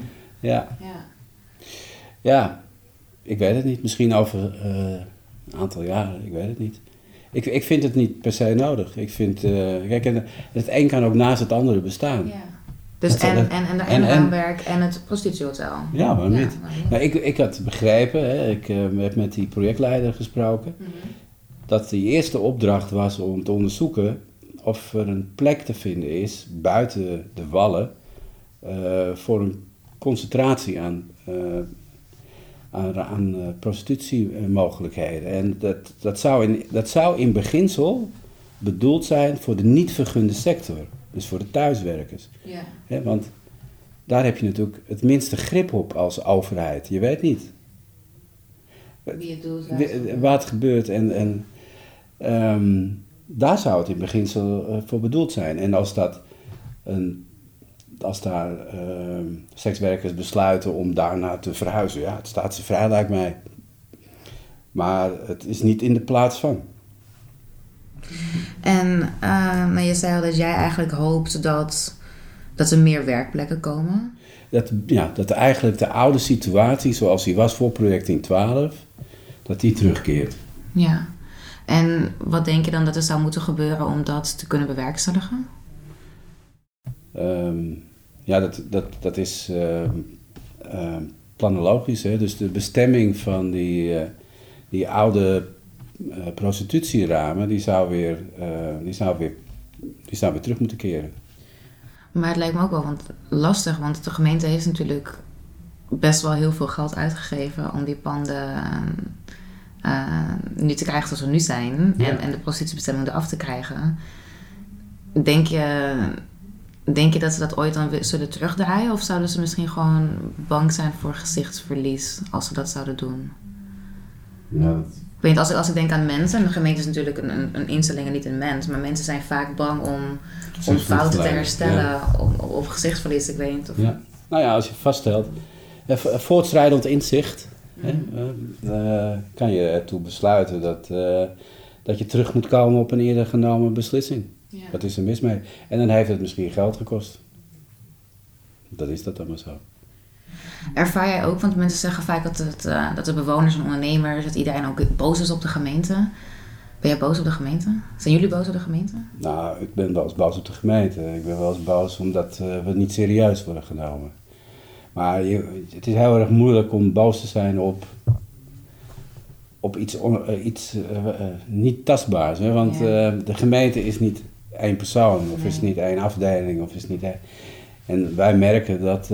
Ja, ik weet het niet. Misschien over een aantal jaren, ik weet het niet. Ik vind het niet per se nodig. Ik vind, kijk, het een kan ook naast het andere bestaan. Ja. Dus en raamwerk en het prostitutiehotel. Ja, waarom niet? Maar ik had begrepen, hè, ik heb met die projectleider gesproken, dat die eerste opdracht was om te onderzoeken of er een plek te vinden is buiten de Wallen voor een concentratie aan prostitutiemogelijkheden. En dat zou in beginsel bedoeld zijn voor de niet vergunde sector. Dus voor de thuiswerkers. Ja. He, want daar heb je natuurlijk het minste grip op als overheid. Je weet niet wie het doet, waar het gebeurt. En daar zou het in beginsel voor bedoeld zijn. En als daar sekswerkers besluiten om daarna te verhuizen, ja, het staat ze vrij, lijkt mij. Maar het is niet in de plaats van. En maar je zei al dat jij eigenlijk hoopt dat er meer werkplekken komen. Dat eigenlijk de oude situatie zoals die was voor project 12, dat die terugkeert. Ja. En wat denk je dan dat er zou moeten gebeuren om dat te kunnen bewerkstelligen? Dat is planologisch. Hè? Dus de bestemming van die oude prostitutieramen, die zou weer terug moeten keren. Maar het lijkt me ook wel lastig, want de gemeente heeft natuurlijk best wel heel veel geld uitgegeven om die panden nu te krijgen zoals ze nu zijn. Ja. En de prostitutiebestemming eraf te krijgen. Denk je dat ze dat ooit dan zullen terugdraaien? Of zouden ze misschien gewoon bang zijn voor gezichtsverlies als ze dat zouden doen? Ja, Ik weet niet, als ik denk aan mensen, de gemeente is natuurlijk een instelling en niet een mens, maar mensen zijn vaak bang om fouten te herstellen of gezichtsverlies, ik weet niet. Of... Ja. Nou ja, als je vaststelt, voortschrijdend inzicht, kan je ertoe besluiten dat je terug moet komen op een eerder genomen beslissing. Ja. Wat is er mis mee? En dan heeft het misschien geld gekost. Dat is dat dan maar zo. Ervaar jij ook, want mensen zeggen vaak dat de bewoners en ondernemers, dat iedereen ook boos is op de gemeente. Ben jij boos op de gemeente? Zijn jullie boos op de gemeente? Nou, ik ben wel eens boos op de gemeente. Ik ben wel eens boos omdat we niet serieus worden genomen. Maar het is heel erg moeilijk om boos te zijn op iets niet tastbaars. Hè? Want de gemeente is niet één persoon, of is niet één afdeling, of is niet één... En wij merken dat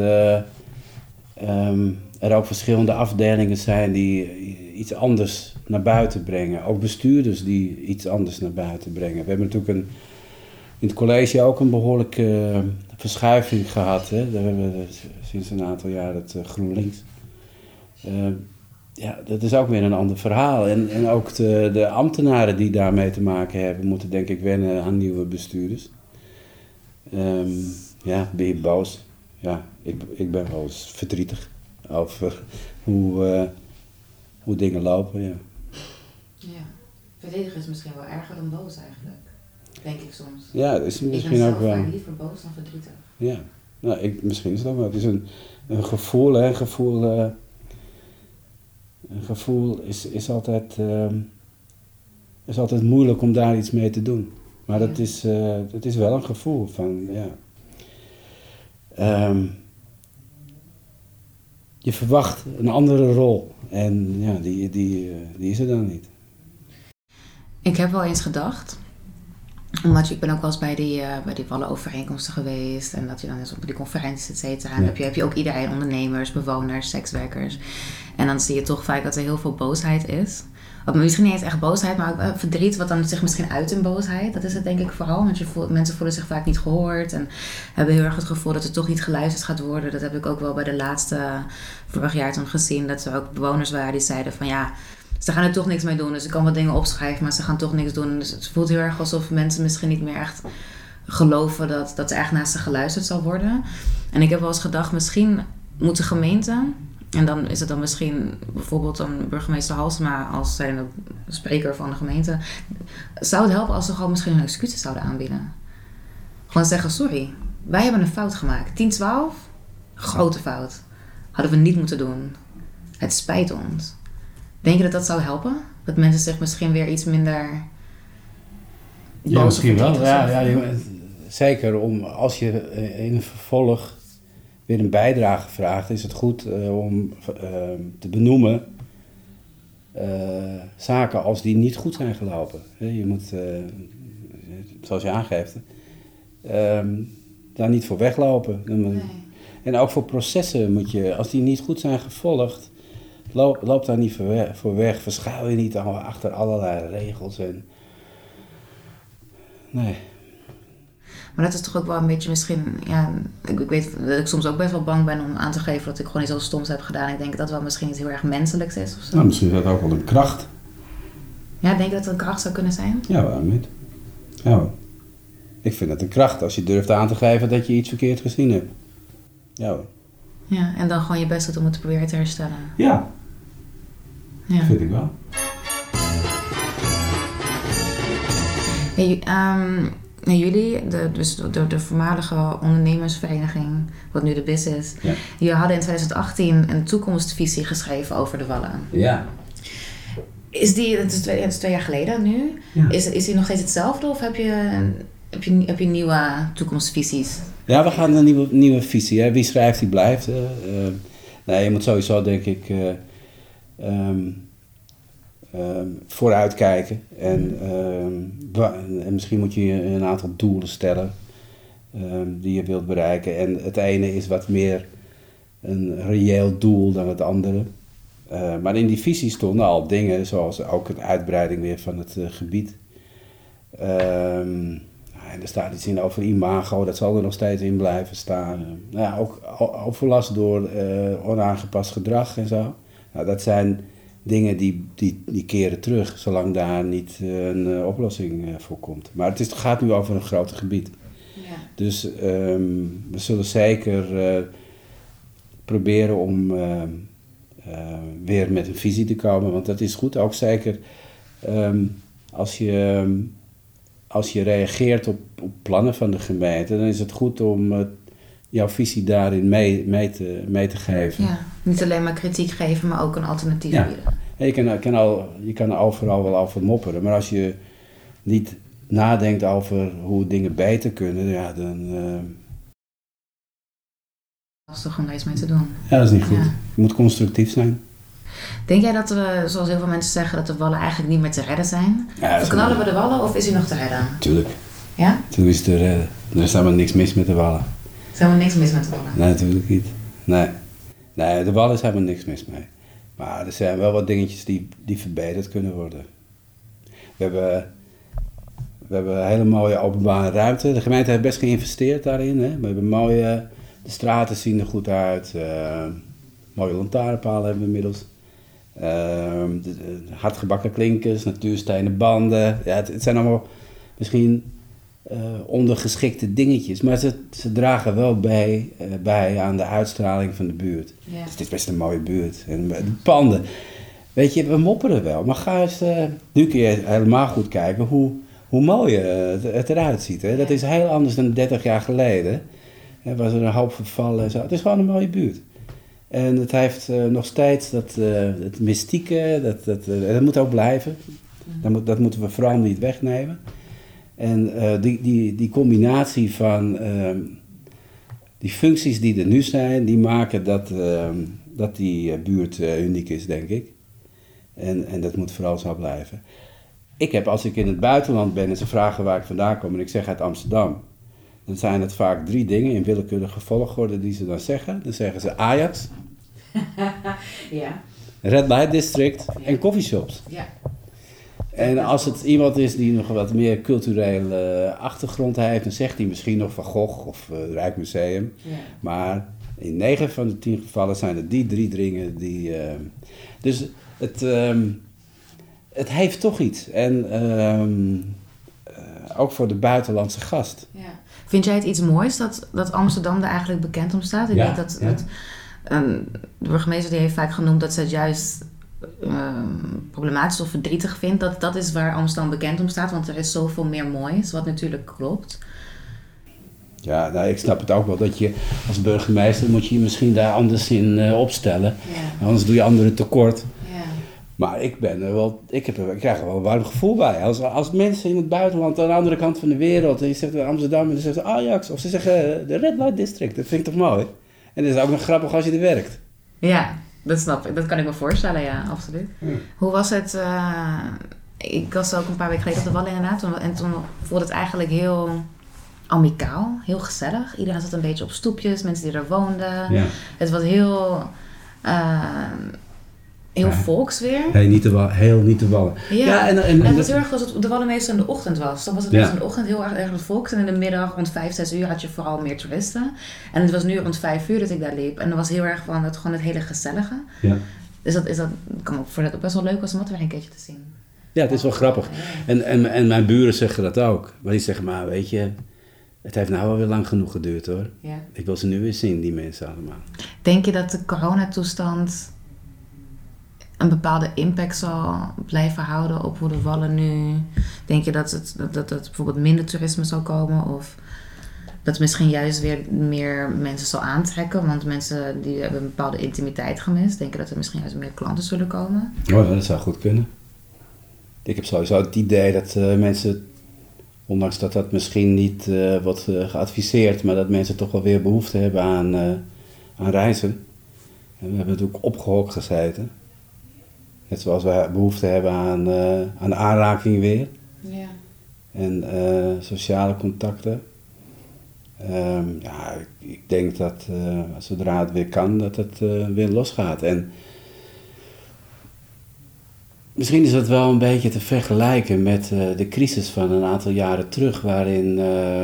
er ook verschillende afdelingen zijn die iets anders naar buiten brengen. Ook bestuurders die iets anders naar buiten brengen. We hebben natuurlijk in het college ook een behoorlijke verschuiving gehad. Hè? Daar hebben we sinds een aantal jaar het GroenLinks. Ja, dat is ook weer een ander verhaal. En ook de ambtenaren die daarmee te maken hebben, moeten denk ik wennen aan nieuwe bestuurders. Ja, ben je boos? Ja, ik ben wel eens verdrietig over hoe dingen lopen, ja. Ja, verdedigen is misschien wel erger dan boos eigenlijk, denk ik soms. Ja, dat is misschien ook wel... Ik ben liever boos dan verdrietig. Ja, nou, misschien is het ook wel. Het is een gevoel, hè. Een gevoel is altijd moeilijk om daar iets mee te doen. Maar dat is wel een gevoel van, ja... je verwacht een andere rol en ja, die is er dan niet. Ik heb wel eens gedacht, omdat ik ben ook wel eens bij die Wallenovereenkomsten geweest en dat je dan eens op die conferenties et cetera, en heb je ook iedereen, ondernemers, bewoners, sekswerkers. En dan zie je toch vaak dat er heel veel boosheid is. Of misschien niet eens echt boosheid, maar ook verdriet wat dan zich misschien uit in boosheid. Dat is het denk ik vooral, want mensen voelen zich vaak niet gehoord en hebben heel erg het gevoel dat er toch niet geluisterd gaat worden. Dat heb ik ook wel bij de laatste, vorig jaar toen gezien, dat er ook bewoners waren die zeiden van ja, ze gaan er toch niks mee doen. Dus ik kan wat dingen opschrijven, maar ze gaan toch niks doen. Dus het voelt heel erg alsof mensen misschien niet meer echt geloven dat er echt naar ze geluisterd zal worden. En ik heb wel eens gedacht, misschien moet de gemeente... En dan is het dan misschien bijvoorbeeld dan burgemeester Halsema als zijnde spreker van de gemeente. Zou het helpen als ze gewoon misschien hun excuses zouden aanbieden? Gewoon zeggen, sorry, wij hebben een fout gemaakt. 10-12, grote fout. Hadden we niet moeten doen. Het spijt ons. Denk je dat dat zou helpen? Dat mensen zich misschien weer iets minder... Ja, misschien wel. Ja, zeker als je in een vervolg... weer een bijdrage vraagt, is het goed om te benoemen zaken als die niet goed zijn gelopen. Je moet, zoals je aangeeft, daar niet voor weglopen. Nee. En ook voor processen moet je, als die niet goed zijn gevolgd, loop daar niet voor weg. Verschuil je niet achter allerlei regels. Nee. Maar dat is toch ook wel een beetje misschien... Ja, ik weet dat ik soms ook best wel bang ben om aan te geven dat ik gewoon iets heel stoms heb gedaan. Ik denk dat dat wel misschien iets heel erg menselijks is of zo. Nou, misschien is dat ook wel een kracht. Ja, denk je dat het een kracht zou kunnen zijn? Ja, waarom niet? Ja, ik vind het een kracht als je durft aan te geven dat je iets verkeerd gezien hebt. Ja. Ja, en dan gewoon je best doet om het te proberen te herstellen. Ja. Dat vind ik wel. Hey, jullie, de voormalige ondernemersvereniging, wat nu de BIS is, jullie hadden in 2018 een toekomstvisie geschreven over de Wallen. Ja. Het is 2 jaar geleden nu. Ja. Is die nog steeds hetzelfde of heb je nieuwe toekomstvisies? Ja, we gaan een nieuwe visie. Hè. Wie schrijft, die blijft. Nee, je moet sowieso denk ik vooruitkijken en misschien moet je een aantal doelen stellen die je wilt bereiken. En het ene is wat meer een reëel doel dan het andere. Maar in die visie stonden al dingen zoals ook een uitbreiding weer van het gebied. En er staat iets in over imago, dat zal er nog steeds in blijven staan. Ook overlast door onaangepast gedrag en zo. Nou, dat zijn dingen die keren terug, zolang daar niet een oplossing voor komt. Maar het gaat nu over een groter gebied. Ja. Dus we zullen zeker proberen om weer met een visie te komen, want dat is goed. Ook zeker als je reageert op plannen van de gemeente, dan is het goed om jouw visie daarin mee te geven. Ja, niet alleen maar kritiek geven, maar ook een alternatief bieden. Je kan er overal wel over mopperen, maar als je niet nadenkt over hoe dingen beter kunnen, ja, dan... lastig om daar iets mee te doen. Ja, dat is niet goed. Ja. Je moet constructief zijn. Denk jij dat we, zoals heel veel mensen zeggen, dat de wallen eigenlijk niet meer te redden zijn? Ja, verknallen we de wallen of is hij nog te redden? Tuurlijk. Ja? Toen is het te redden. Er is helemaal niks mis met de wallen. Er is helemaal niks mis met de wallen? Nee, natuurlijk niet. Nee, de wallen is helemaal niks mis mee. Maar er zijn wel wat dingetjes die verbeterd kunnen worden. We hebben een hele mooie openbare ruimte. De gemeente heeft best geïnvesteerd daarin. Hè? We hebben de straten zien er goed uit. Mooie lantaarnpalen hebben we inmiddels. Hardgebakken klinkers, natuurstenen banden. Ja, het zijn allemaal misschien ondergeschikte dingetjes. Maar ze dragen wel bij aan de uitstraling van de buurt. Ja. Dus het is best een mooie buurt. En de panden. Weet je, we mopperen wel. Maar ga eens, nu kun je helemaal goed kijken hoe mooi het eruit ziet. Hè? Dat is heel anders dan 30 jaar geleden. Er was er een hoop vervallen en zo. Het is gewoon een mooie buurt. En het heeft nog steeds het mystieke, dat moet ook blijven. Dat moeten we vooral niet wegnemen. En die combinatie van die functies die er nu zijn, die maken dat die buurt uniek is, denk ik. En dat moet vooral zo blijven. Als ik in het buitenland ben en ze vragen waar ik vandaan kom en ik zeg uit Amsterdam, dan zijn het vaak 3 dingen in willekeurige volgorde die ze dan zeggen. Dan zeggen ze Ajax, ja. Red Light District en coffeeshops. Ja. En als het iemand is die nog wat meer culturele achtergrond heeft, dan zegt hij misschien nog Van Gogh of Rijksmuseum. Ja. Maar in 9 van de 10 gevallen zijn het die 3 dingen die... dus het heeft toch iets. En ook voor de buitenlandse gast. Ja. Vind jij het iets moois dat Amsterdam er eigenlijk bekend om staat? Ik weet dat de burgemeester die heeft vaak genoemd dat ze het juist problematisch of verdrietig vindt. Dat is waar Amsterdam bekend om staat, want er is zoveel meer moois, wat natuurlijk klopt. Ja, nou, ik snap het ook wel dat je als burgemeester moet je misschien daar anders in opstellen. Ja. Anders doe je anderen tekort. Ja. Maar ik krijg er wel een warm gevoel bij. Als mensen in het buitenland aan de andere kant van de wereld, en je zegt Amsterdam en ze zeggen Ajax, of ze zeggen de Red Light District, dat vind ik toch mooi? En dat is ook nog grappig als je er werkt. Ja, dat snap ik. Dat kan ik me voorstellen, ja, absoluut. Ja. Hoe was het? Ik was ook een paar weken geleden op de Wallen inderdaad. En toen voelde het eigenlijk heel amicaal, heel gezellig. Iedereen zat een beetje op stoepjes, mensen die er woonden. Ja. Het was heel volks weer. Heel niet te Wallen. Ja, en het was heel erg als het de Wallen meestal in de ochtend was. Dan was het in de ochtend heel erg het volks. En in de middag rond 5, 6 uur had je vooral meer toeristen. En het was nu rond 5 uur dat ik daar liep. En er was heel erg van gewoon het hele gezellige. Ja. Dus dat kan ook voor dat ook best wel leuk was om dat weer een keertje te zien. Ja, het is wel grappig. En mijn buren zeggen dat ook. Maar die zeggen, maar weet je, het heeft nou wel weer lang genoeg geduurd hoor. Ja. Ik wil ze nu weer zien, die mensen allemaal. Denk je dat de coronatoestand een bepaalde impact zal blijven houden op hoe de Wallen nu... Denk je dat bijvoorbeeld minder toerisme zal komen? Of dat misschien juist weer meer mensen zal aantrekken? Want mensen die hebben een bepaalde intimiteit gemist. Denk je dat er misschien juist meer klanten zullen komen? Oh, dat zou goed kunnen. Ik heb sowieso het idee dat mensen, ondanks dat misschien niet wordt geadviseerd, maar dat mensen toch wel weer behoefte hebben aan reizen. En we hebben natuurlijk opgehokt gezeten. Net zoals we behoefte hebben aan aanraking weer. Ja. En sociale contacten. Ik denk dat zodra het weer kan, dat het weer losgaat. En misschien is dat wel een beetje te vergelijken met de crisis van een aantal jaren terug, waarin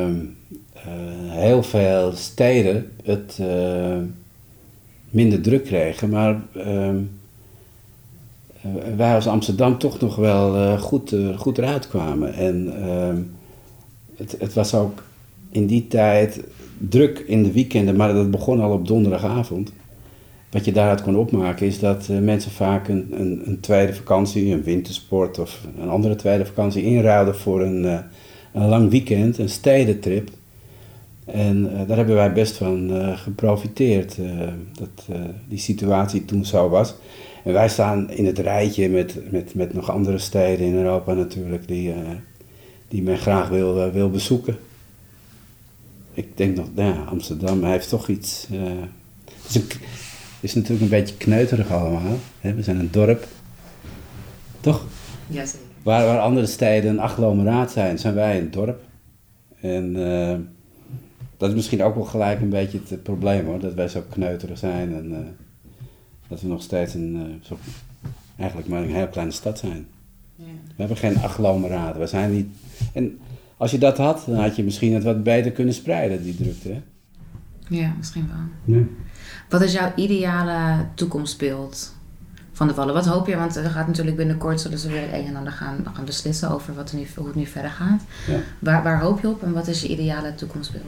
heel veel steden het minder druk kregen, maar wij als Amsterdam toch nog wel goed eruit kwamen. En het was ook in die tijd druk in de weekenden, maar dat begon al op donderdagavond. Wat je daaruit kon opmaken is dat mensen vaak een tweede vakantie, een wintersport of een andere tweede vakantie inruilden voor een lang weekend, een stedentrip. En daar hebben wij best van geprofiteerd, dat die situatie toen zo was. En wij staan in het rijtje met nog andere steden in Europa natuurlijk die men graag wil bezoeken. Ik denk nog, Amsterdam heeft toch iets... Het is natuurlijk een beetje kneuterig allemaal. Hè? We zijn een dorp. Toch? Jazeker. Waar andere steden een agglomeraat zijn wij een dorp. En dat is misschien ook wel gelijk een beetje het probleem hoor. Dat wij zo kneuterig zijn en dat we nog steeds eigenlijk maar een heel kleine stad zijn. Ja. We hebben geen agglomeraat. We zijn niet... En als je dat had, dan had je misschien het wat beter kunnen spreiden, die drukte. Hè? Ja, misschien wel. Nee. Wat is jouw ideale toekomstbeeld van de Wallen? Wat hoop je? Want er gaat natuurlijk binnenkort zullen ze weer het een en ander gaan beslissen over hoe het nu verder gaat. Ja. Waar hoop je op en wat is je ideale toekomstbeeld?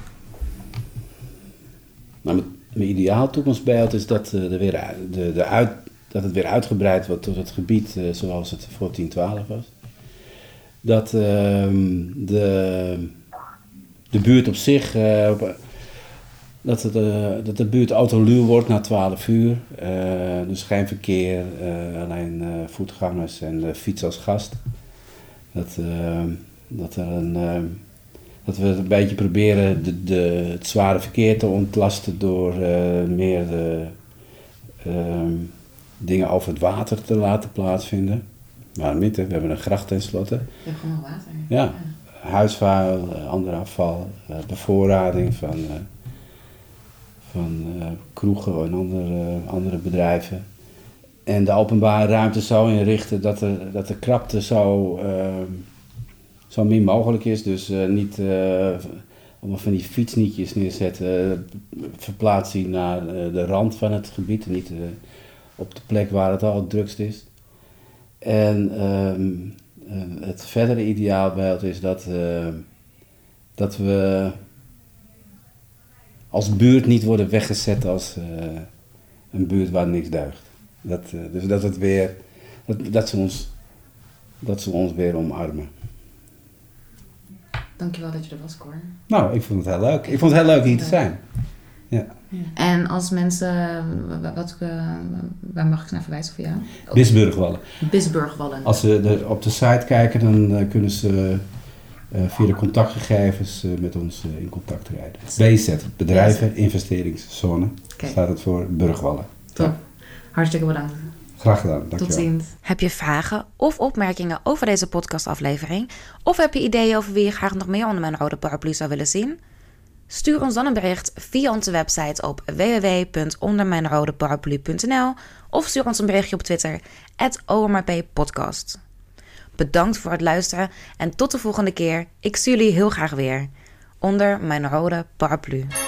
Nou, mijn ideaal toekomstbeeld is dat, dat het weer uitgebreid wordt tot het gebied zoals het voor 1012 was. Dat de buurt op zich... Dat de buurt autoluw wordt na 12 uur. Dus geen verkeer, alleen voetgangers en fiets als gast. Dat we een beetje proberen het zware verkeer te ontlasten door meer dingen over het water te laten plaatsvinden. Maar niet, we hebben een gracht tenslotte. Je hebt gewoon water. Ja, huisvuil, ander afval, bevoorrading van kroegen en andere bedrijven. En de openbare ruimte zo inrichten dat de krapte zo min mogelijk is. Dus niet allemaal van die fietsnietjes neerzetten. Verplaats die naar de rand van het gebied. En niet op de plek waar het al het drukst is. En het verdere ideaalbeeld is dat we als buurt niet worden weggezet als een buurt waar niks deugt. Dus dat ze ons weer omarmen. Dankjewel dat je er was, Cor. Nou, ik vond het heel leuk. Ik vond het heel leuk hier te zijn. Ja. En als mensen, waar mag ik naar verwijzen voor jou? Bisburgwallen. Bisburgwallen. Als ze op de site kijken, dan kunnen ze via de contactgegevens met ons in contact treden. BZ, Bedrijven Investeringszone, staat het voor Burgwallen. Top. Ja. Hartstikke bedankt. Graag gedaan, dankjewel. Tot ziens. Heb je vragen of opmerkingen over deze podcastaflevering? Of heb je ideeën over wie je graag nog meer onder mijn rode paraplu zou willen zien? Stuur ons dan een bericht via onze website op www.ondermijnrodeparaplu.nl of stuur ons een berichtje op Twitter @OMRPpodcast. Bedankt voor het luisteren en tot de volgende keer. Ik zie jullie heel graag weer onder mijn rode paraplu.